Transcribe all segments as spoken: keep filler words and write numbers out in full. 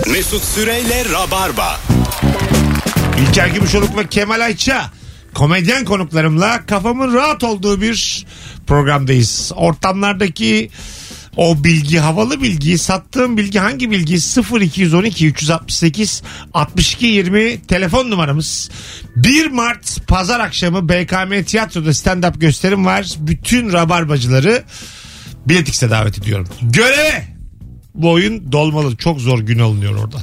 Mesut Süreyle Rabarba. İlker Gümüşoluk ve Kemal Ayça komedyen konuklarımla kafamın rahat olduğu bir programdayız. Ortamlardaki o bilgi, havalı bilgi, sattığım bilgi hangi bilgi? sıfır iki on iki üç altı sekiz altmış iki yirmi telefon numaramız. bir Mart pazar akşamı B K M Tiyatro'da stand-up gösterim var. Bütün rabarbacıları Bilet X'e davet ediyorum. Göreve! Bu oyun dolmalı. Çok zor gün alınıyor oradan.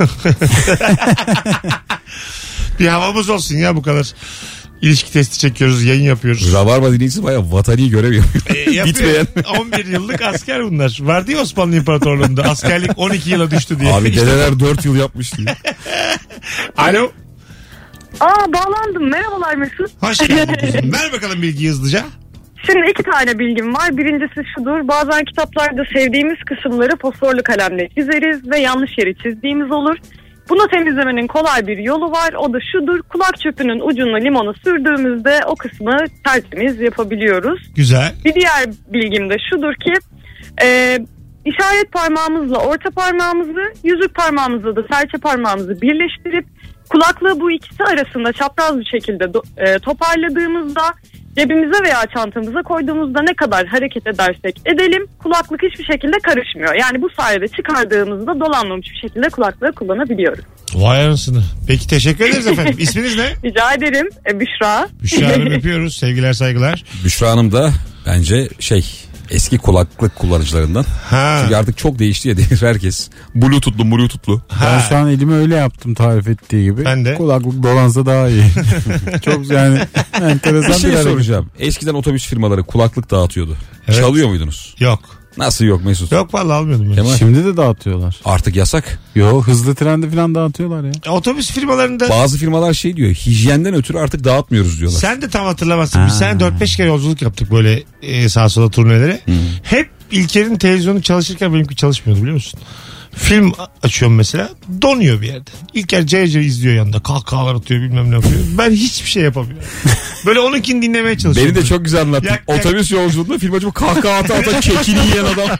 Bir havamız olsun ya, bu kadar. İlişki testi çekiyoruz, yayın yapıyoruz. Rabarba dinleyicisi bayağı vatani görev yapıyor. E, yapıyor. Bitmeyen. on bir yıllık asker bunlar. Vardı ya Osmanlı İmparatorluğu'nda. Askerlik on iki yıla düştü diye. Abi dedeler dört yıl yapmış diye. Alo. Aa, bağlandım. Merhabalar Mesut. Hoş geldin kızım. Ver bakalım bilgiyi hızlıca. Şimdi iki tane bilgim var. Birincisi şudur. Bazen kitaplarda sevdiğimiz kısımları fosforlu kalemle çizeriz ve yanlış yeri çizdiğimiz olur. Bunu temizlemenin kolay bir yolu var. O da şudur. Kulak çöpünün ucuna limonu sürdüğümüzde o kısmı tertemiz yapabiliyoruz. Güzel. Bir diğer bilgim de şudur ki e, işaret parmağımızla orta parmağımızı, yüzük parmağımızla da serçe parmağımızı birleştirip kulaklığı bu ikisi arasında çapraz bir şekilde do, e, toparladığımızda cebimize veya çantamıza koyduğumuzda ne kadar hareket edersek edelim kulaklık hiçbir şekilde karışmıyor. Yani bu sayede çıkardığımızda dolanmamış bir şekilde kulaklığı kullanabiliyoruz. Vay anasını. Peki teşekkür ederiz efendim. İsminiz ne? Rica ederim. E, Büşra. Büşra Hanım öpüyoruz. Sevgiler saygılar. Büşra Hanım da bence şey eski kulaklık kullanıcılarından. Ha. Çünkü artık çok değişti ya devir herkes. Bluetooth'lu bluetooth'lu. Ha. Ben şu an elimi öyle yaptım tarif ettiği gibi. Ben de. Kulaklık dolansa daha iyi. Çok yani enteresan Bir şey bir hareket. soracağım. Eskiden otobüs firmaları kulaklık dağıtıyordu. Evet. Çalıyor muydunuz? Yok. Nasıl yok Mesut? Yok vallahi almıyordum ben. Kemal. Şimdi de dağıtıyorlar. Artık yasak. Yo, hızlı trende falan dağıtıyorlar ya. Otobüs firmalarında Bazı firmalar şey diyor. Hijyenden ötürü artık dağıtmıyoruz diyorlar. sen de tam hatırlamazsın. Biz Ha. sene dört beş kere yolculuk yaptık böyle e, sağa sola turnelere. Hep İlker'in televizyonu çalışırken benimki çalışmıyordu biliyor musun? Film açıyorum mesela, donuyor bir yerde. İlker cayca izliyor yanında, kahkahalar atıyor, bilmem ne yapıyor. Ben hiçbir şey yapamıyorum. Böyle onunkini dinlemeye çalışıyorum. Beni de çok güzel anlattın. Yak, yak. Otobüs yolculuğunda film açıp kahkaha ata ata kekini yiyen adam.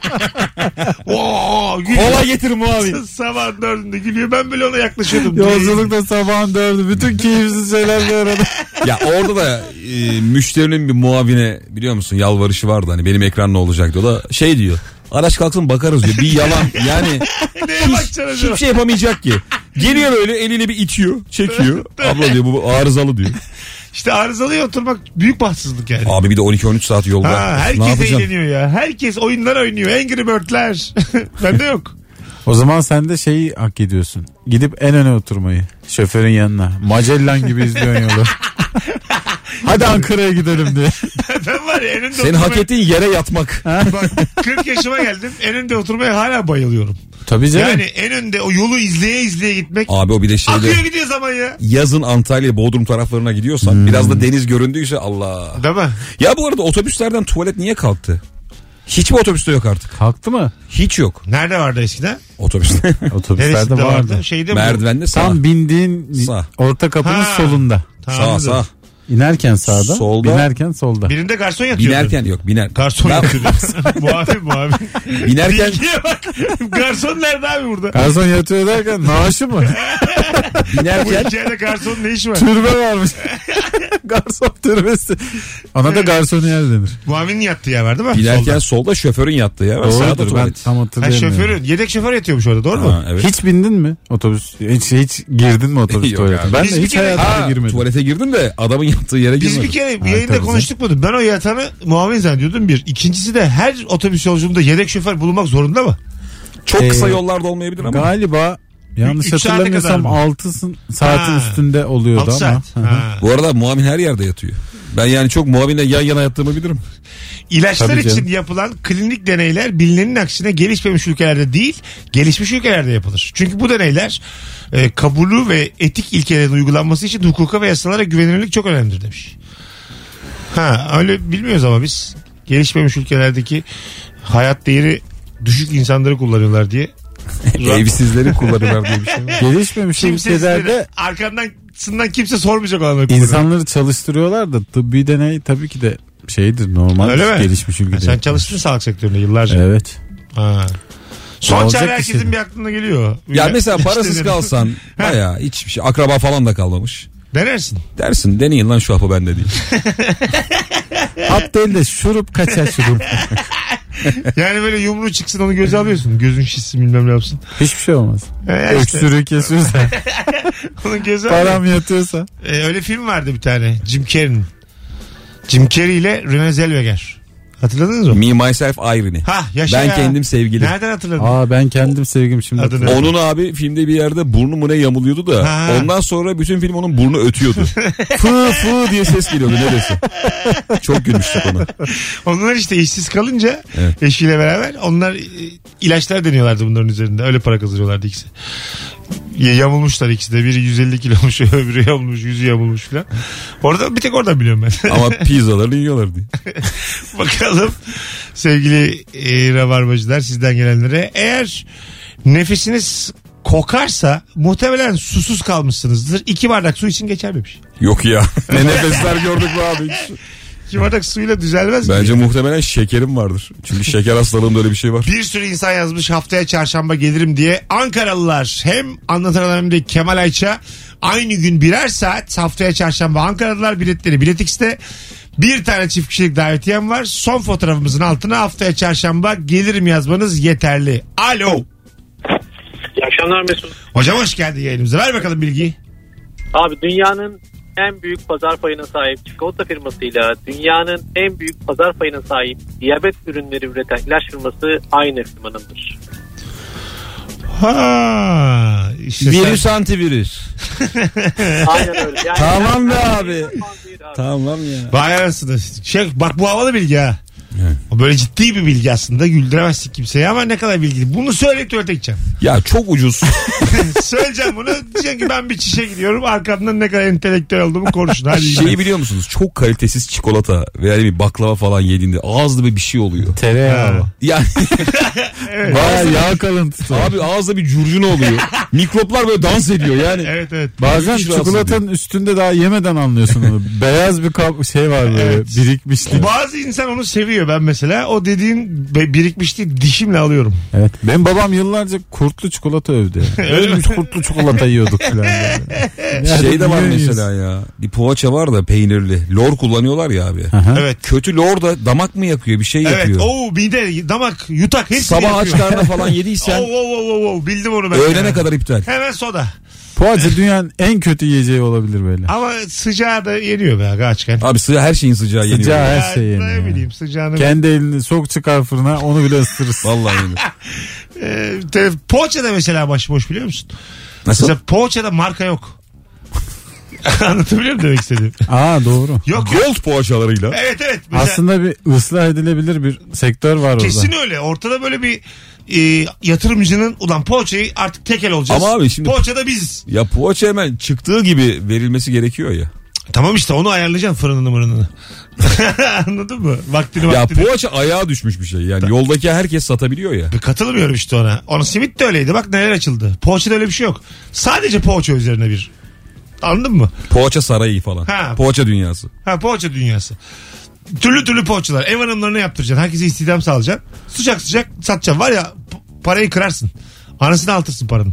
Oo, gülüyor. Kola getir muavin. Sabah dördünde gülüyor. Ben böyle ona yaklaşıyordum. Yolculukta sabahın dördü. Bütün keyifsiz şeyler bir arada. Ya orada da e, müşterinin bir muavine biliyor musun yalvarışı vardı. Hani benim ekran ne olacaktı, o da şey diyor. Araç kalksın bakarız diyor. Bir yalan yani. Neye hiç, bakacaksın acaba? hiçbir şey yapamayacak ki. Geliyor böyle eliyle bir itiyor, çekiyor. Abla diyor bu arızalı diyor. İşte arızalıya oturmak büyük bahtsızlık yani. Abi bir de on iki on üç saat yolda. Ha, Ne herkes yapacaksın? eğleniyor ya. Herkes oyunlar oynuyor. Angry Bird'ler. Bende yok. O zaman sen de şeyi hak ediyorsun. Gidip en öne oturmayı. Şoförün yanına. Magellan gibi izliyorsun yolu. Hadi Ankara'ya gidelim diye. Ben var ya en önde Senin oturmaya... hak ettiğin yere yatmak. Bak kırk yaşıma geldim. En önde oturmaya hala bayılıyorum. Tabii canım. Yani en önde o yolu izleye izleye gitmek. Abi o bir de şeyde Akıyor gidiyor zaman ya. yazın Antalya, Bodrum taraflarına gidiyorsan Hmm. biraz da deniz göründüyse Allah. Değil mi? Ya bu arada otobüslerden tuvalet niye kalktı? Hiç mi otobüste yok artık? Kalktı mı? Hiç yok. Nerede vardı eskiden? Otobüste. Otobüslerde Neresinde vardı. vardı? Şeyde mi? Merdivende sağ. Tam bindiğin Sağ. orta kapının Ha. solunda. Tamam, Sağ anladım. sağ. İnerken sağda, Solda. binerken solda. Birinde garson yatıyordu. Binerken yok biner. Garson Ben- yatıyordu. muavin muavin. Binerken Bilgiye bak. Garson nerede abi burada? Garson yatıyor derken naaşı mı? Bu binerken hikayede garsonun ne işi var? Türbe varmış. Garson türbesi. Ona da garsoniyer denir. Muavinin yattığı yer var değil mi? binerken Solda. solda şoförün yattığı ya. Sağda Doğrudur, ben tuvalet. tam Ha, hatırlayamıyorum. şoförün. Yedek şoför yatıyormuş orada, doğru mu? Ha, evet. Hiç bindin mi otobüs? Hiç, hiç girdin mi otobüs Yok tuvaletine? abi. Ben Biz de bir hiç kere- hayatımda Ha, girmedim. tuvalete girdim de adamın yattığı yere Biz girmedim. bir kere Ha, yayında tabii konuştuk mu? Ben o yatanı muavin zannediyordum bir. İkincisi de her otobüs yolculuğunda yedek şoför bulunmak zorunda mı? Çok kısa Ee, yollarda olmayabilir ama. Galiba yanlış Üç saate hatırlamıyorsam kadar mı? altı saatin Ha. üstünde oluyordu altı ama. saat. Ha. Bu arada muavin her yerde yatıyor. Ben yani çok muavinle yan yana yattığımı bilirim. İlaçlar Tabii için canım. yapılan klinik deneyler bilinenin aksine gelişmemiş ülkelerde değil, gelişmiş ülkelerde yapılır. Çünkü bu deneyler e, kabulü ve etik ilkelerin uygulanması için hukuka ve yasalara güvenilirlik çok önemlidir demiş. Ha, öyle bilmiyoruz ama biz gelişmemiş ülkelerdeki hayat değeri düşük insanları kullanıyorlar diye. Evsizleri kullanırlar diye bir şey var. Gelişmemiş ülkelerde Kimse arkandan sından kimse sormayacak olanları kullanıyor. insanları çalıştırıyorlar da tıbbi deney tabii ki de şeydir, normal Öyle mi? gelişmiş ülkede. Ha, sen çalıştın sağlık sektöründe yıllarca. Evet. Ha. Son Olacak çare bir herkesin şey. bir aklına geliyor. Ya mesela parasız İşte kalsan baya hiçbir şey, akraba falan da kalmamış. denersin. Dersin deneyin lan şu hapı bende değil. Hap değil de şurup kaçar şurup. Yani böyle yumruğu çıksın onu göze alıyorsun. Gözün şişsin bilmem ne yapsın. Hiçbir şey olmaz. E, işte. Öksürüğü kesiyorsa, Onun göze alıyor. param yatıyorsa. E, öyle film vardı bir tane. Jim Carrey'nin. Jim Carrey ile Renée Zellweger. Hatırladınız mı? Me, myself, Irony. Ha yaşa Ben ya. kendim sevgilim. Nereden hatırladın? Aa ben kendim sevgim şimdi. Adını. hatırladım. Onun abi filmde bir yerde burnu mu ne yamuluyordu da Ha. ondan sonra bütün film onun burnu ötüyordu. Fı fı diye ses geliyordu neresi. Çok gülmüştük ona. Onlar işte işsiz kalınca Evet. eşiyle beraber onlar e, ilaçlar deniyorlardı bunların üzerinde. Öyle para kazanıyorlardı ikisi. Ya- Yamulmuşlar ikisi de. Biri yüz elli kilomuş, öbürü yamulmuş, yüzü yamulmuş falan. Orada bir tek oradan biliyorum ben. Ama pizzalarını yiyorlar diye. Bakalım sevgili e, rabarbacılar sizden gelenlere. Eğer nefesiniz kokarsa muhtemelen susuz kalmışsınızdır. İki bardak su için geçermemiş. Yok ya. Ne nefesler gördük be abi. İki bardak suyla düzelmez mi? Bence muhtemelen şekerim vardır. Çünkü şeker hastalığında öyle bir şey var. Bir sürü insan yazmış haftaya çarşamba gelirim diye. Ankaralılar hem Anlatan Adam hem de Kemal Ayça aynı gün birer saat haftaya çarşamba. Ankaralılar biletleri Bilet X'te. Bir tane çift kişilik davetiyem var. Son fotoğrafımızın altına haftaya çarşamba gelirim yazmanız yeterli. Alo. İyi akşamlar Mesut. Hocam hoş geldin yayınımıza. Ver bakalım bilgiyi. Abi dünyanın en büyük pazar payına sahip çikolata firmasıyla dünyanın en büyük pazar payına sahip diyabet ürünleri üreten ilaç firması aynı firmanındır. Ha, işte Virüs sen... antivirüs. Aynen öyle. Yani Tamam be abi. Değil abi. Tamam ya. Vay arasında. Şey, bak bu havalı bilgi ha. Evet. O böyle ciddi bir bilgi aslında. Güldüremezsin kimseye ama ne kadar bilgili. Bunu söyleyip öğreteceğim. Ya çok ucuz. Söyleyeceğim bunu. Diyeceğim ki ben bir çişe gidiyorum. Arkamdan ne kadar entelektüel olduğumu konuşun. Hadi Şeyi gidelim. biliyor musunuz? Çok kalitesiz çikolata veya bir baklava falan yediğinde ağızda bir bir şey oluyor. Tereyağı. Ha. Yani Evet. Baya yağ kalıntısı. abi ağızda bir curcuna oluyor. Mikroplar böyle dans ediyor yani. Evet evet. Bazen Hiç rahatsız çikolatanın üstünde daha yemeden anlıyorsun onu. Beyaz bir kap şey var böyle Evet. birikmişlik. Bazı insan onu seviyor ben mesela. O dediğin be- birikmişliği dişimle alıyorum. Evet. Benim babam yıllarca kurtlu çikolata övdü. Öyle biz kurtlu çikolata yiyorduk falan. Böyle. Şey de var Nerede mesela ya. Bir poğaça var da peynirli. Lor kullanıyorlar ya abi. Aha. Evet. Kötü lor da damak mı yakıyor bir şey Evet. yapıyor. Oo mide, damak, yutak hepsini Sabah aç yapıyor. karnına falan yediysen Oo, oo, oo, oo, bildim onu ben. öğlene ya. kadar iptal. Hemen soda. Poğaça dünyanın en kötü yiyeceği olabilir böyle. Ama sıcağı da yeniyor be aga açken. Abi sıcağı her şeyin sıcağı yeniyor. Sıcağı her Ya, şey Ne yeniyor. bileyim sıcağını. Kendi elini sok çıkar fırına onu bile ısırırsın. Vallahi yeniyor. Ee, te- poğaçada mesela başıboş biliyor musun? Nasıl? Mesela poğaçada marka yok. Anlatabiliyor muyum demek istediğim? Aa doğru. Yok yok. Gold poğaçalarıyla. Evet evet. Mesela Aslında bir ıslah edilebilir bir sektör var orada. kesin öyle. Ortada böyle bir e, yatırımcının ulan poğaçayı artık tekel olacağız. Ama abi şimdi- Poğaçada biziz. Ya poğaça hemen çıktığı gibi verilmesi gerekiyor ya. Tamam işte onu ayarlayacaksın fırınını mırınını. Anladın mı? Vaktini Ya vaktini. poğaça ayağa düşmüş bir şey. Yani yoldaki herkes satabiliyor ya. Katılmıyorum işte ona. Onun simit de öyleydi. Bak neler açıldı. Poğaçada öyle bir şey yok. Sadece poğaça üzerine bir. Anladın mı? Poğaça sarayı falan. Ha. Poğaça dünyası. Ha poğaça dünyası. Türlü türlü poğaçalar. Ev hanımlarına yaptıracaksın. Herkese istihdam sağlayacaksın. Sıcak sıcak satacaksın. Var ya p- parayı kırarsın. Anasını altırsın paranın.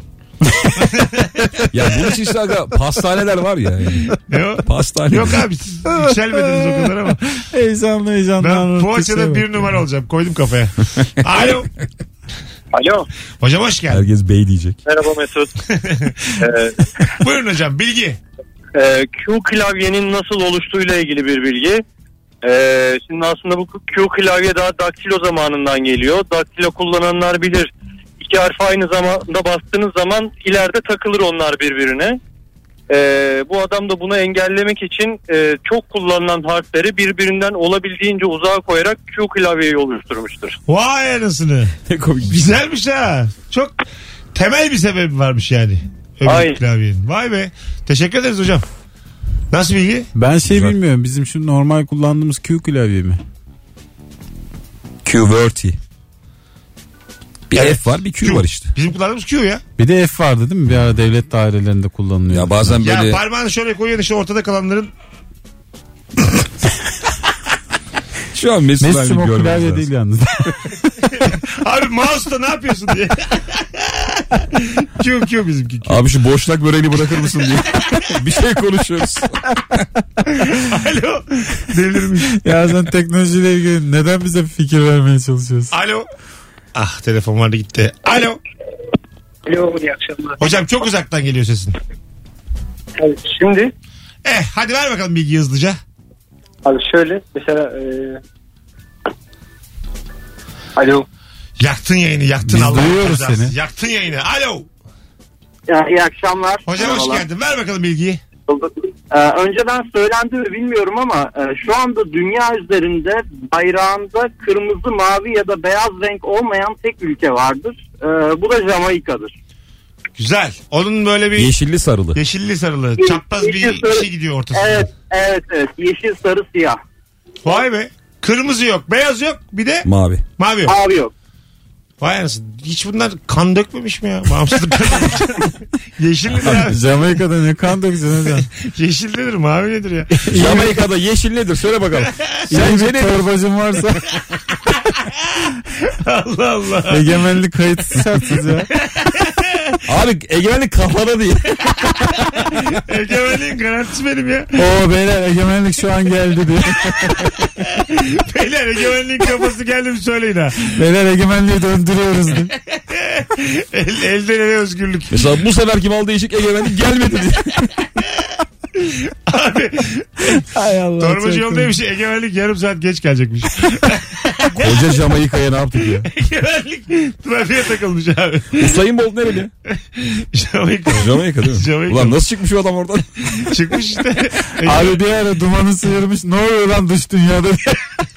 Ya bunun için işte aga pastaneler var ya. Yani. Ne o? Pastane. Yok abi siz yükselmediniz o kadar ama. Heyecanlı heyecanlı. Ben anlattı, poğaçada şey bir bak. numara olacağım. Koydum kafaya. Alo. Alo. Hocam hoş geldin. Herkes bey diyecek. Merhaba Mesut. ee, Buyurun hocam bilgi. e, Q klavyenin nasıl oluştuğuyla ilgili bir bilgi. Ee, şimdi aslında bu Q klavye daha daktilo zamanından geliyor. Daktilo kullananlar bilir. İki harf aynı zamanda bastığınız zaman ileride takılır onlar birbirine. Ee, bu adam da bunu engellemek için e, çok kullanılan harfleri birbirinden olabildiğince uzağa koyarak Q klavyeyi oluşturmuştur. Vay anasını. Ne komik bir şey. Güzelmiş ha. Çok temel bir sebebi varmış yani. Öbür Aynen. klavyenin. Vay be. Teşekkür ederiz hocam. Nasıl bilgi? Ben şey Güzel. bilmiyorum. Bizim şu normal kullandığımız Q klavye mi? QWERTY. Bir Evet. F var bir Q, Q. var işte. Bizim kullandığımız Q ya. Bir de F vardı değil mi? Bir ara devlet dairelerinde kullanılıyor. Ya bazen böyle Ya parmağını şöyle koyuyorsun işte ortada kalanların Şu an Mesut Mesut'um abi o görmemiz klavye lazım. değil yalnız. Abi mouse'da ne yapıyorsun diye. Q Q bizimki. Q. Abi şu boşnak böreğini bırakır mısın diye. Bir şey konuşuyoruz. Alo. Delirmiş. Ya sen teknolojiyle ilgili neden bize fikir vermeye çalışıyorsun? Alo. Ah telefon vardı gitti. Alo. Alo, iyi akşamlar. Hocam çok uzaktan geliyor sesin. Evet, şimdi Eh hadi ver bakalım bilgiyi hızlıca. abi şöyle mesela e... Alo. Yaktın yayını yaktın. Biz Allah duyuyoruz cezası. seni. Yaktın yayını. Alo. Ya, iyi akşamlar. Hocam hoş Merhabalar. geldin. Ver bakalım bilgiyi. Ee, önceden söylendi mi bilmiyorum ama e, şu anda dünya üzerinde bayrağında kırmızı, mavi ya da beyaz renk olmayan tek ülke vardır. Ee, bu da Jamaika'dır. Güzel. Onun böyle bir Yeşilli sarılı. yeşilli sarılı çapraz Yeşil bir sarı- şey gidiyor ortasında. Evet, evet, evet. Yeşil, sarı, siyah. Vay be. Kırmızı yok, beyaz yok, bir de Mavi. mavi yok. Mavi yok. Vay anasını. Hiç bunlar kan dökmemiş mi ya? Bağımsızlık kazanmış. Yeşil nedir abi? Jamaika'da ne kan dökeceksin hocam? Yeşil nedir? Mavi nedir ya? Jamaika'da yeşil nedir? Söyle bakalım. İyi Sence bir nedir? torbacın varsa Allah Allah. egemenlik kayıtsız şartsız ya. Abi egemenlik kafada değil. Egemenliğin garantisi benim ya. Oo beyler egemenlik şu an geldi diye. Beyler egemenliğin kafası geldi mi söyleyin ha. Beyler egemenliği döndürüyoruz diye. El, elden ele özgürlük. Mesela bu seferki mal değişik egemenlik gelmedi diye. Abi Hay Allah. torbacı çok yoldaymış. Egemenlik yarım saat geç gelecekmiş. Koca Jamaika'ya ne yaptık ya? Egemenlik trafiğe takılmış abi. Usain Bolt nereli? Jamaika. Jamaika değil mi? Jamaika. Ulan nasıl çıkmış o adam oradan? Çıkmış işte. Abi bir ara dumanı sıyırmış. Ne oluyor lan dış dünyada diye.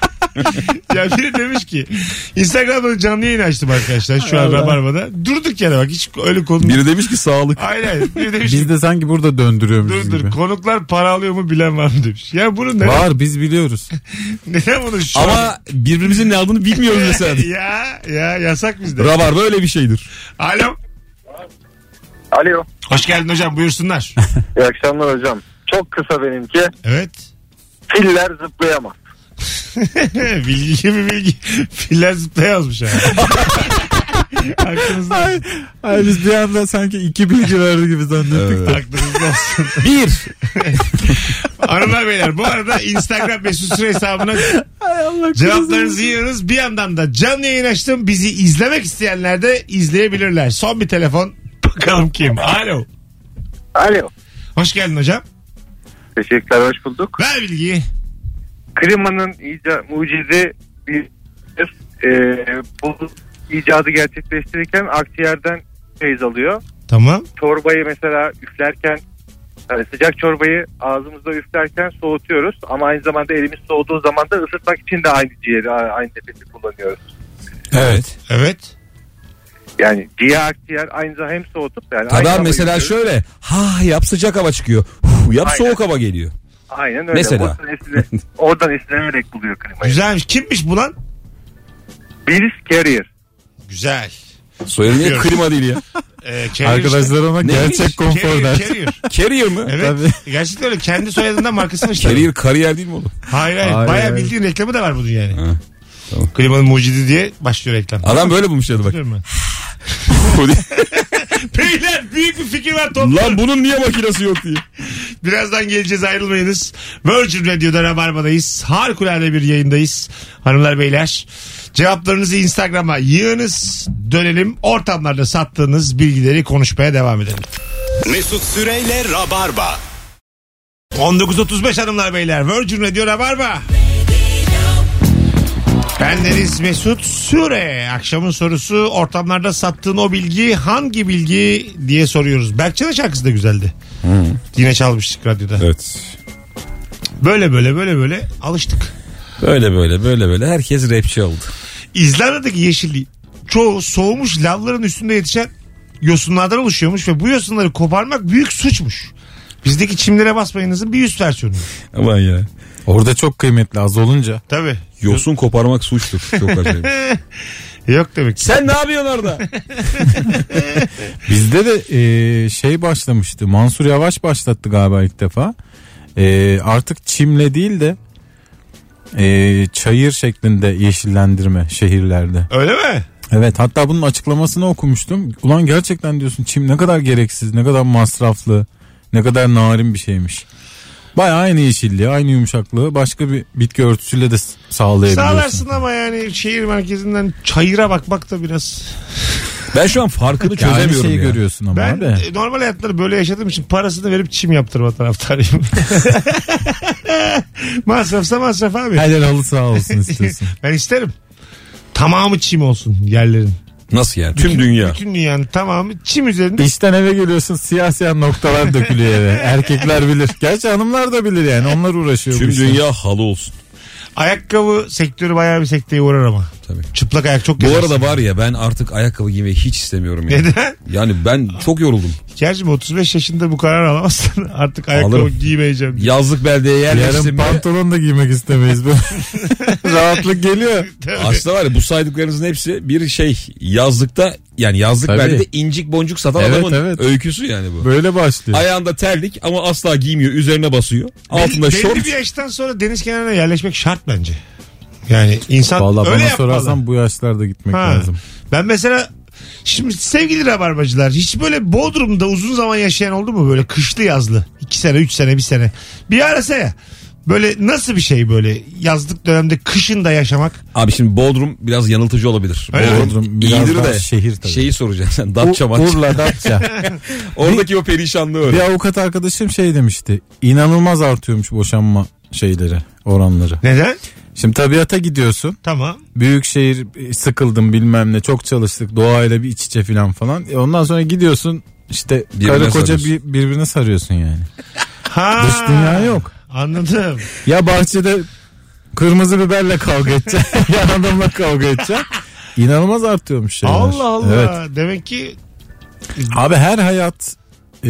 Ya biri demiş ki Instagram'da canlı yayın açtım arkadaşlar şu an Allah. Rabarba'da. Durduk yere bak hiç öyle konu. Biri demiş ki sağlık. Aynen. Biri demiş ki Biz de sanki burada döndürüyormuşuz dur dur gibi. konuklar para alıyor mu bilen var mı demiş. Ya bunu neden, Var biz biliyoruz. neden bunu şu an- Ama birbirimizin ne aldığını bilmiyoruz mesela. ya ya yasak bizde. Rabar böyle bir şeydir. Alo. Alo. Hoş geldin hocam buyursunlar. İyi akşamlar hocam. Çok kısa benimki. Evet. Filler zıplayamaz. bilgi gibi bilgi. Filler zıpla yazmış ha. Aklınızda Ay, olsun. ay biz bir anda sanki iki bilgi verdi gibi zannettik de. Aklınızda olsun. Bir. Hanımlar beyler bu arada Instagram Mesut Süre hesabına Ay Allah cevaplarınızı yiyoruz. Bir yandan da canlı yayın açtım. Bizi izlemek isteyenler de izleyebilirler. Son bir telefon. Bakalım kim? Alo. Alo. Hoş geldin hocam. Teşekkürler, hoş bulduk. Ver bilgiyi. Klimanın ica, mucize bir e, bu icadı gerçekleştirirken akciğerden feyz alıyor. Tamam. Çorbayı mesela üflerken, yani sıcak çorbayı ağzımızda üflerken soğutuyoruz ama aynı zamanda elimiz soğuduğu zaman da ısıtmak için de aynı ciğeri, aynı nefesi kullanıyoruz. Evet. Evet. Yani ciğer, akciğer aynı zamanda hem soğutup yani aynı Adam zamanda mesela yürüyoruz. şöyle. Ha yap sıcak hava çıkıyor. Huh, yap Aynen. soğuk hava geliyor. Aynen öyle. Mesela. Oradan, esne, oradan esnemerek buluyor klimayı. Güzelmiş. Kimmiş bu lan? Bills Carrier. Güzel. Soyadı niye Biliyorum. klima değil ya? Ee, carrier Arkadaşlar ona Neymiş? gerçek konfor Carrier, der. carrier. Carrier mı? Evet. Tabii. Gerçekten öyle. Kendi soyadından markasını işte. Carrier kariyer değil mi oğlum? Hayır hayır. Hayır, Bayağı hayır. bildiğin reklamı da var bunun yani. Ha, tamam. Klimanın mucidi diye başlıyor reklam. Adam böyle bulmuş dedi bak. Biliyorum ben. Beyler büyük bir fikir var toplar. Lan bunun niye makinesi yok diye. Birazdan geleceğiz ayrılmayınız. Virgin Radio'da Rabarba'dayız. Harikulade bir yayındayız. Hanımlar beyler. Cevaplarınızı Instagram'a yığınız. Dönelim ortamlarda sattığınız bilgileri konuşmaya devam edelim. Mesut Süreyle Rabarba. on dokuz otuz beş hanımlar beyler. Virgin Radio Rabarba. Bendeniz Mesut Süre. Akşamın sorusu ortamlarda sattığın o bilgi hangi bilgi diye soruyoruz. Berkcan'ın şarkısı da güzeldi. Hı. Yine çalmıştık radyoda. Evet. Böyle böyle böyle böyle alıştık. Böyle böyle böyle böyle herkes rapçi oldu. İzlanda'daki yeşilliği çoğu soğumuş lavların üstünde yetişen yosunlardan oluşuyormuş ve bu yosunları koparmak büyük suçmuş. Bizdeki çimlere basmayınızın bir üst versiyonu. Aman ya. Orada çok kıymetli az olunca. Tabii. Yosun koparmak suçtur. Çok acayip. Yok demek ki. Sen ne yapıyorsun orada? Bizde de e, şey başlamıştı. Mansur Yavaş başlattı galiba ilk defa. E, artık çimle değil de Ee, çayır şeklinde yeşillendirme şehirlerde. Öyle mi? Evet, hatta bunun açıklamasını okumuştum. Ulan gerçekten diyorsun, çim ne kadar gereksiz, ne kadar masraflı, ne kadar narin bir şeymiş. Bayağı aynı yeşilliği, aynı yumuşaklığı başka bir bitki örtüsüyle de sağlayabiliyorsun. Sağlarsın ama yani şehir merkezinden çayıra bakmak da biraz... Ben şu an farkını Yani aynı çözemiyorum şeyi ya. görüyorsun ama Ben abi. e, normal hayatları böyle yaşadığım için parasını verip çim yaptırma taraftarıyım. Masrafsa masraf abi. Her yer halı sağ olsun istiyorsun. Ben isterim. Tamamı çim olsun yerlerin. Nasıl yani? Tüm Bütün- dünya. Bütün dünyanın tamamı çim üzerinde. İşten eve geliyorsun, siyah siyah noktalar dökülüyor eve. Erkekler bilir. Gerçi hanımlar da bilir yani. Onlar uğraşıyor. Tüm bu işle. dünya halı olsun. Ayakkabı sektörü bayağı bir sekteye uğrar ama. Tabii. Çıplak ayak çok Bu gezersin. arada var ya, ben artık ayakkabı giymeyi hiç istemiyorum ya. Neden? Yani ben çok yoruldum. Gerçi otuz beş yaşında bu karar alamazsın. Artık ayakkabı Alırım. giymeyeceğim diye. Yazlık beldeye Yarın yerleştim mi? pantolon da giymek istemeyiz. Böyle. Rahatlık geliyor. Aslında var ya, bu saydıklarınızın hepsi bir şey yazlıkta, yani yazlık Tabii. beldede incik boncuk satan Evet, adamın evet. öyküsü yani bu. Böyle başlıyor. Ayağında terlik ama asla giymiyor, üzerine basıyor. Altında belli, şort. belli bir yaştan sonra deniz kenarına yerleşmek şart bence. Yani insan Vallahi öyle bana yapmalı. sorarsan bu yaşlarda gitmek Ha. lazım. Ben mesela şimdi sevgili rabarbacılar, hiç böyle Bodrum'da uzun zaman yaşayan oldu mu, böyle kışlı yazlı iki sene üç sene bir sene bir arasa ya, böyle nasıl bir şey böyle yazlık dönemde kışın da yaşamak? Abi şimdi Bodrum biraz yanıltıcı olabilir. Öyle mi? Bodrum biraz iyidir daha de şehir tabii. şeyi soracağım sen, Datça U- maç. Urla Datça. Oradaki o perişanlığı öyle. Bir avukat arkadaşım şey demişti. İnanılmaz artıyormuş boşanma şeyleri, oranları. Neden? Şimdi tabiata gidiyorsun. Tamam. Büyük şehir, sıkıldım bilmem ne, çok çalıştık, doğayla bir iç içe falan falan. E ondan sonra gidiyorsun işte Birbirine karı koca sarıyorsun. bir, birbirine sarıyorsun yani. Ha. Dış dünya yok. Anladım. Ya bahçede kırmızı biberle kavga edeceksin ya adamla kavga edeceksin. İnanılmaz artıyormuş şeyler. Allah Allah. Evet. Demek ki Abi her hayat e,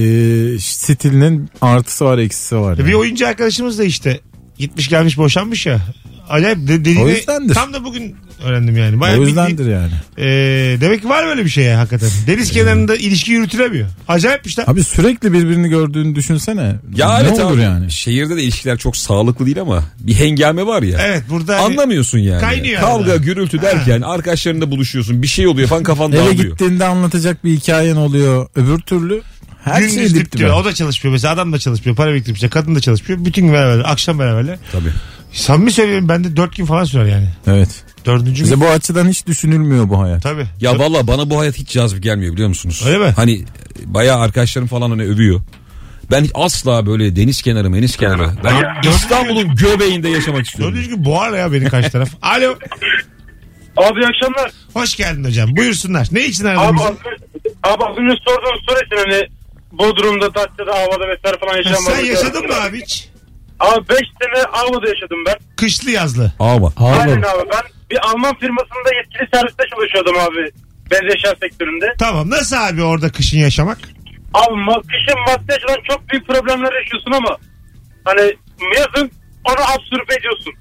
stilinin artısı var, eksisi var. bir yani. oyuncu arkadaşımız da işte gitmiş gelmiş boşanmış ya. Acayip de, dediğini O yüzdendir. tam da bugün öğrendim yani. Bayağı O bildiğin- yüzdendir yani. Ee, demek ki var böyle bir şey ya hakikaten. Deniz kenarında ilişki yürütülemiyor. Acayipmiş lan. Abi sürekli birbirini gördüğünü düşünsene. Ya ne evet olur abi, yani. şehirde de ilişkiler çok sağlıklı değil ama bir hengame var ya. Evet burada hani- Anlamıyorsun yani. Kaynıyor Kavga, arada. gürültü derken arkadaşlarınla buluşuyorsun. Bir şey oluyor falan, kafan Eve dağılıyor. gittiğinde anlatacak bir hikayen oluyor. Öbür türlü her gündüz şey dip dip diyor. dibe. O da çalışmıyor mesela, adam da çalışmıyor, para biriktirmiş, kadın da çalışmıyor. Bütün gün beraberler, akşam beraberler. Tabii. Samimi söylüyorum, bende dört gün falan sürer yani. Evet. Dördüncü gün. Bize bu açıdan hiç düşünülmüyor bu hayat. Tabii. Ya valla bana bu hayat hiç cazip gelmiyor, biliyor musunuz? Öyle mi? Hani bayağı arkadaşlarım falan hani övüyor. Ben asla böyle deniz kenarı, meniz kenarı. Ben İstanbul'un göbeğinde yaşamak istiyorum. Dördüncü gün boğar ya beni karşı taraf. Alo. Abi iyi akşamlar. Hoş geldin hocam. Buyursunlar. Ne için aradın Abi, bizi? az, abi az önce sorduğunuz soru için hani Bodrum'da, Datça'da, Ava'da vesaire falan Ha, yaşayan var. sen yaşadın mı abi hiç? Abi beş sene Ava'da yaşadım ben. Kışlı yazlı. Ama Aynen abi, ben bir Alman firmasında yetkili serviste çalışıyordum abi. Beyaz eşya sektöründe. Tamam. Nasıl abi orada kışın yaşamak? Abi ma- kışın maddi açıdan çok büyük problemler yaşıyorsun ama hani yazın onu absorbe ediyorsun.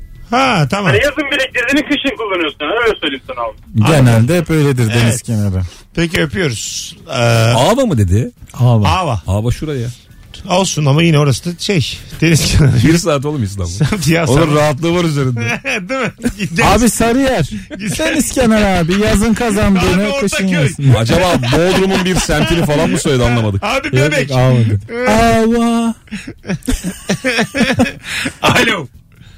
Ha tamam. Hani yazın biriktirdiğini kışın kullanıyorsun. Öyle söyleyeyim sana abi. Genelde hep öyledir deniz Evet. kenarı. Peki öpüyoruz. Ee, Ava mı dedi? Abi. Ava. Ava şuraya. Olsun ama yine orası da şey. Deniz kenarı. Bir saat oğlum İstanbul. Ya Onun sana- rahatlığı var üzerinde. Değil mi? Deniz- Abi Sarıyer. Deniz kenarı abi. Yazın Abi kazandığını Ortaköy. kışın yesin. Acaba Bodrum'un bir semtini falan mı söyledi, anlamadık. Abi Yok, bebek. yok, almadım. Ava. Alo.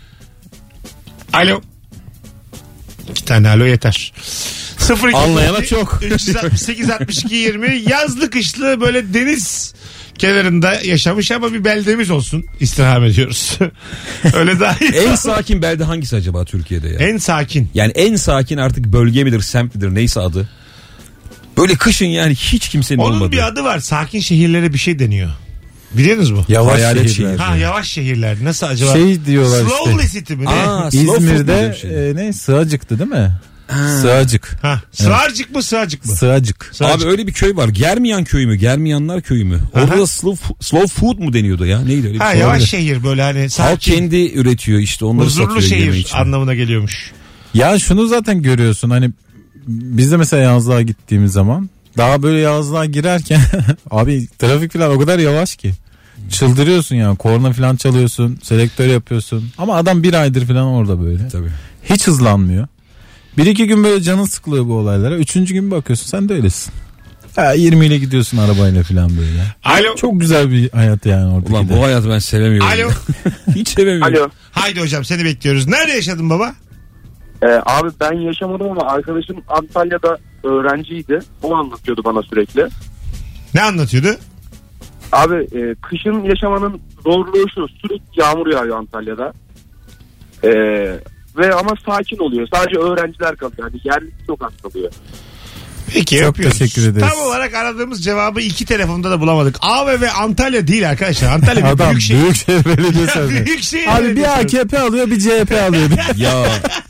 Alo. İki tane alo yeter. sıfır iki Anlayana çok. üç yüz altmış sekiz altmış iki yirmi yazlı kışlı böyle deniz kenarında yaşamış ama bir beldemiz olsun istirham ediyoruz. Öyle daha iyi. En sakin belde hangisi acaba Türkiye'de ya? En sakin. Yani en sakin artık bölge midir, semt midir, neyse adı. Böyle kışın yani hiç kimsenin Onun olmadığı. bir adı var. Sakin şehirlere bir şey deniyor. Biliyorsunuz mu? Yavaş Hayalet şehirler. Ha yavaş şehirler. Nasıl acaba? Şey diyorlar Slowly işte. City mi ne? Aa, slow food İzmir'de diye bir şey. e, ne Sığacık'tı değil mi? Sığacık. Ha, sığarcık mı sığacık mı? Sığacık. Abi öyle bir köy var. Germiyan köyü mü? Germiyanlar köyü mü? Orada Aha. da slow, slow food mu deniyordu ya? Neydi öyle bir Ha şey? yavaş Olabilir. şehir böyle hani Halk sakin. kendi üretiyor işte, onları Huzurlu satıyor yeme şehir içme. anlamına geliyormuş. Ya şunu zaten görüyorsun hani biz de mesela yazlığa gittiğimiz zaman daha böyle yazlığa girerken abi trafik falan o kadar yavaş ki. çıldırıyorsun ya. Korna falan çalıyorsun, selektör yapıyorsun. Ama adam bir aydır falan orada böyle. Tabii. Hiç hızlanmıyor. Bir iki gün böyle canın sıkılıyor bu olaylara. Üçüncü gün bakıyorsun sen de öylesin. Ha, yirmi ile gidiyorsun arabayla falan böyle. Alo. Çok güzel bir hayat yani orada. Ulan bu hayatı ben sevemiyorum. Alo. Hiç sevemiyorum. Alo. Haydi hocam seni bekliyoruz. Nerede yaşadın baba? Ee, abi ben yaşamadım ama arkadaşım Antalya'da öğrenciydi. O anlatıyordu bana sürekli. Ne anlatıyordu? Abi e, kışın yaşamanın zorluğu şu, sürekli yağmur yağıyor Antalya'da. Ee, ve ama sakin oluyor. Sadece öğrenciler kalıyor. Yani yerli çok az kalıyor. Peki Çok yapıyoruz. teşekkür ederiz. Tam olarak aradığımız cevabı iki telefonda da bulamadık. A V ve Antalya değil arkadaşlar. Antalya bir Adam büyük şehir. Büyükşehir Belediyesi. Büyük şehir Abi bir belediyesi. A K P alıyor bir C H P alıyor. Ya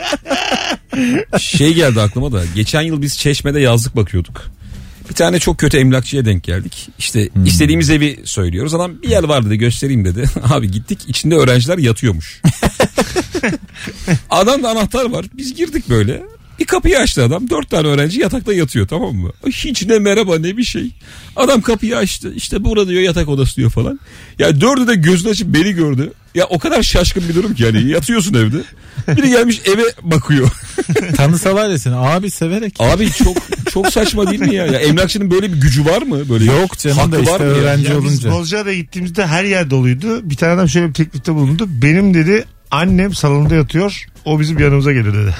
şey geldi aklıma da. Geçen yıl biz Çeşme'de yazlık bakıyorduk. Bir tane çok kötü emlakçıya denk geldik. İşte hmm. istediğimiz evi söylüyoruz. Adam bir yer var dedi göstereyim dedi. Abi gittik içinde öğrenciler yatıyormuş. Adamda anahtar var. Biz girdik böyle. Bir kapıyı açtı adam. Dört tane öğrenci yatakta yatıyor, tamam mı? Hiç ne merhaba ne bir şey. Adam kapıyı açtı. İşte burada diyor yatak odası diyor falan. Ya dördü de gözünü açıp beni gördü. Ya o kadar şaşkın bir durum ki yani yatıyorsun evde. Biri gelmiş eve bakıyor. Tanısalar ya seni abi severek. Abi çok çok saçma değil mi ya? Ya emlakçının böyle bir gücü var mı? Böyle yok canım hakkı da işte var mı ya? öğrenci Ya biz olunca. Bozcaada'ya gittiğimizde her yer doluydu. Bir tane adam şöyle bir teklifte bulundu. Benim dedi annem salonda yatıyor. O bizim yanımıza gelir dedi.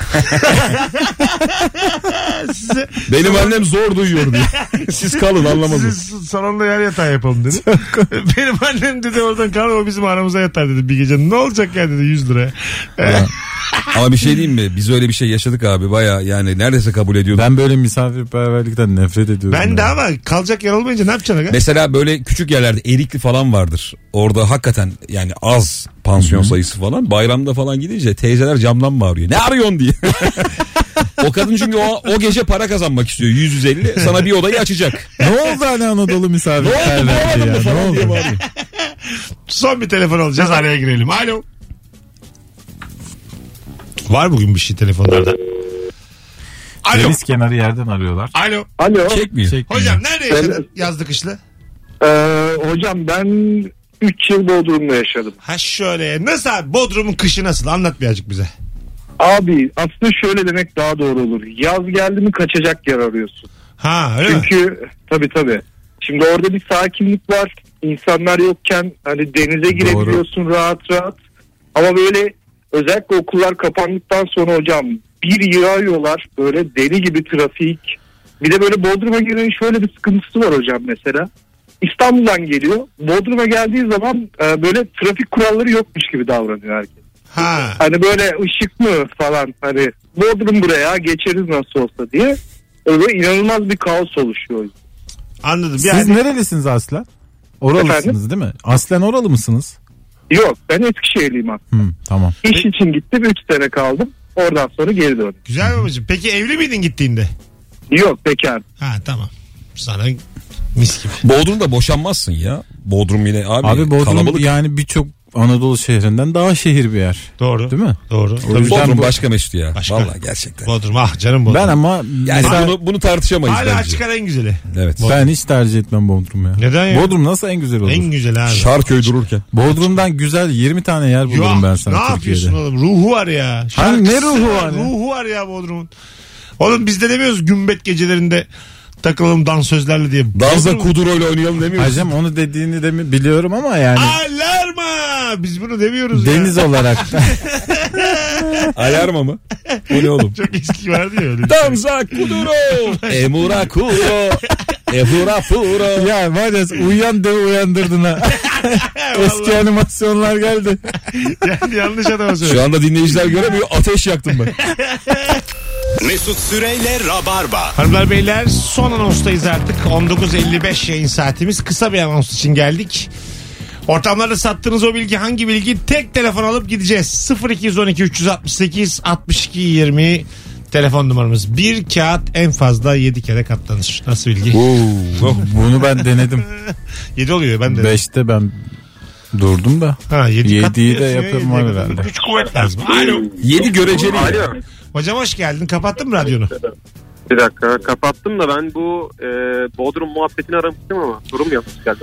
Size, Benim annem zor duyuyor diye. Siz kalın anlamadım. siz salonda yer yatağı yapalım dedi. Benim annem dedi oradan kalır o bizim aramıza yatar dedi bir gece. Ne olacak ya dedi yüz liraya. Ama bir şey diyeyim mi? Biz öyle bir şey yaşadık abi. Baya yani neredeyse kabul ediyorduk. Ben böyle misafirperverlikten nefret ediyorum. Ben ya. de ama kalacak yer olmayınca ne yapacaksın aga? Mesela böyle küçük yerlerde Erikli falan vardır. Orada hakikaten yani az pansiyon Hı-hı. sayısı falan. Bayramda falan gidince teyzeler camdan bağırıyor. Ne arıyorsun diye. O kadın çünkü o, o gece para kazanmak istiyor. yüz yüz elli sana bir odayı açacak. Ne oldu hani Anadolu misafirperverliği ya? Ne oldu? Ne oldu? Son bir telefon alacağız araya girelim. Alo. Var bugün bir şey telefonlarda. Alo. Deniz kenarı yerden arıyorlar. Alo. Alo. Çekmiyor. Çekmiyor. Hocam nerede yaşadın yazdı kışlı? Ee, hocam ben üç yıl Bodrum'da yaşadım. Ha şöyle. Nasıl abi? Bodrum'un kışı nasıl? Anlat birazcık bize. Abi aslında şöyle demek daha doğru olur. Yaz geldi mi kaçacak yer arıyorsun. Ha öyle mi? Çünkü tabii tabii. Şimdi orada bir sakinlik var. İnsanlar yokken hani denize girebiliyorsun doğru. rahat rahat. Ama böyle özellikle okullar kapandıktan sonra hocam bir yağıyorlar böyle deli gibi trafik. Bir de böyle Bodrum'a gelen şöyle bir sıkıntısı var hocam mesela. İstanbul'dan geliyor. Bodrum'a geldiği zaman e, böyle trafik kuralları yokmuş gibi davranıyor herkes. Ha. Hani böyle ışıklı falan hani Bodrum buraya geçeriz nasıl olsa diye. Öyle inanılmaz bir kaos oluşuyor. Anladım. Siz Yani... nerelisiniz aslen? Oralısınız Efendim? değil mi? Aslen oralı mısınız? Yok ben Eskişehirliyim aslında. Hı, tamam. İş için gittim üç sene kaldım. Oradan sonra geri döndüm. Güzel babacığım. Peki evli miydin gittiğinde? Yok bekar. Ha tamam. Sana mis gibi. Bodrum'da boşanmazsın ya. Bodrum yine abi, Abi Bodrum kalabalık. yani birçok Anadolu şehrinden daha şehir bir yer. Doğru. Değil mi? Doğru. yüzden Bodrum bu- başka Mesut ya. Başka. Vallahi gerçekten. Bodrum ah canım Bodrum. Ben ama Yani mesela bunu, bunu tartışamayız Hala bence. açık ara en güzeli. Evet. ben hiç tercih etmem Bodrum ya. Neden ya? Bodrum nasıl en güzel olur? En güzel abi. Şarköy dururken. Bodrum'dan güzel yirmi tane yer bulurum Yok, ben sana ne Türkiye'de. yapıyorsun oğlum? Ruhu var ya. Hani ne Şarkısı ruhu var ya? Ruhu var ya Bodrum'un. Oğlum biz de demiyoruz gümbet gecelerinde takılalım dansözlerle diye. Danza Bodrum- kudroyla oynayalım demiyoruz. Hacım onu dediğini de mi biliyorum ama yani Alarma! Biz bunu demiyoruz deniz ya. olarak. Alarma mı? Bu ne oğlum? Çok eski vardı ya öyle bir şey. Danza kuduro. Emura kuro. Emura puro. Ya var ya uyuyan de uyandırdın ha. Eski animasyonlar geldi. Yani yanlış adama Şu söylüyorum. anda dinleyiciler göremiyor. Ateş yaktım ben. Mesut Süreyle Rabarba. Hanımlar beyler son anonstayız artık. on dokuz elli beş yayın saatimiz. Kısa bir anons için geldik. Ortamlarda sattığınız o bilgi hangi bilgi? Tek telefon alıp gideceğiz. sıfır iki on iki üç altı sekiz altmış iki yirmi telefon numaramız. Bir kağıt en fazla yedi kere katlanır. Nasıl bilgi? Bunu ben denedim. yedi oluyor ben de. Beşte ben durdum da. Ha, yedi Yediyi de kat- yapıyorum yedi- var herhalde. Güç kuvvet lazım. Alo. Yedi göreceli. Alo. Hocam hoş geldin. Kapattın mı radyonu? Bir dakika kapattım da ben bu e, Bodrum muhabbetini aramıştım ama durum yanlış geldi bana.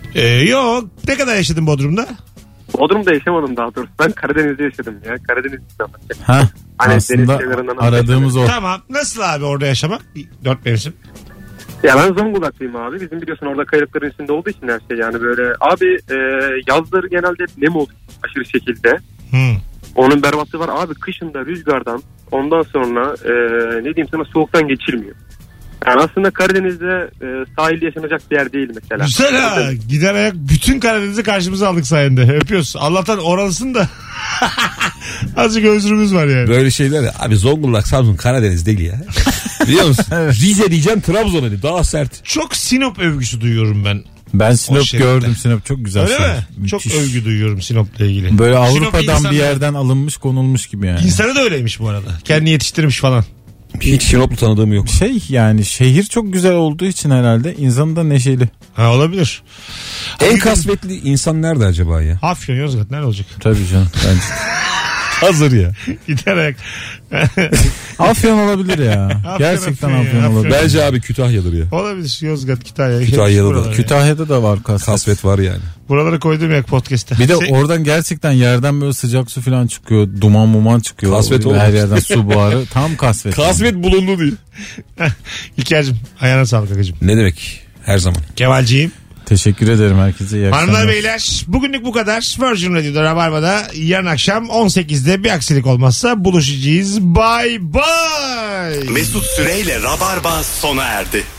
Ee, yok. Ne kadar yaşadın Bodrum'da? Bodrum'da yaşamadım daha doğrusu. Ben Karadeniz'de yaşadım ya. Karadeniz'de anlatacağım. Ha, Hani aslında aradığımız o. Tamam. Nasıl abi orada yaşamak? Dört mevsim. Ya ben Zonguldaklıyım abi. Bizim biliyorsun orada kayalıkların içinde olduğu için her şey yani böyle. Abi e, yazları genelde hep nem oluyor aşırı şekilde. Hmm. Onun berbatlığı var. Abi kışında rüzgardan ondan sonra e, ne diyeyim sana soğuktan geçilmiyor. Yani aslında Karadeniz'de e, sahilde yaşanacak bir yer değil mesela. Güzel ha. Gider ayak bütün Karadeniz'i karşımıza aldık sayende. Öpüyoruz. Allah'tan oralısın da. Azıcık özrümüz var yani. Böyle şeyler ya. Abi Zonguldak, Samsun, Karadeniz değil ya. Biliyor musun? Rize diyeceğim, Trabzon dedi. Daha sert. Çok Sinop övgüsü duyuyorum ben. Ben Sinop gördüm. Sinop çok güzel. Öyle mi? Müthiş. Çok övgü duyuyorum Sinop'la ilgili. Böyle Sinop Avrupa'dan insanı, bir yerden alınmış konulmuş gibi yani. İnsanı da öyleymiş bu arada. Kendini yetiştirmiş falan. Hiç Sinoplu tanıdığım yok. Şey yani şehir çok güzel olduğu için herhalde insanı da neşeli. Ha olabilir. En Hadi kasvetli insan nerede acaba ya? Afyon, Yozgat nerede olacak? Tabii canım. Bence. Hazır ya. Gider ayak. Afyon olabilir ya. Afyon, Gerçekten Afyon Afyon ya, olabilir. Afyon. Bence abi Kütahya'dır ya. Olabilir. Yozgat, Kütahya. Kütahya'da da. Buralar Kütahya'da da var kasvet. Kasvet var yani. Buraları koydum ya podcast'te. Bir de Şey- oradan gerçekten yerden böyle sıcak su falan çıkıyor. Duman muman çıkıyor. Kasvet Her olmuş. yerden su buharı. Tam kasvet. Kasvet bulundu diye. İlker'cim ayağına sağlık akıcım. Ne demek? Her zaman. Kemalciğim. Teşekkür ederim herkese. İyi Hanımlar akşamlar. beyler bugünlük bu kadar. Virgin Radio'da Rabarba'da yarın akşam on sekizde bir aksilik olmazsa buluşacağız. Bye bye. Mesut Süreyle Rabarba sona erdi.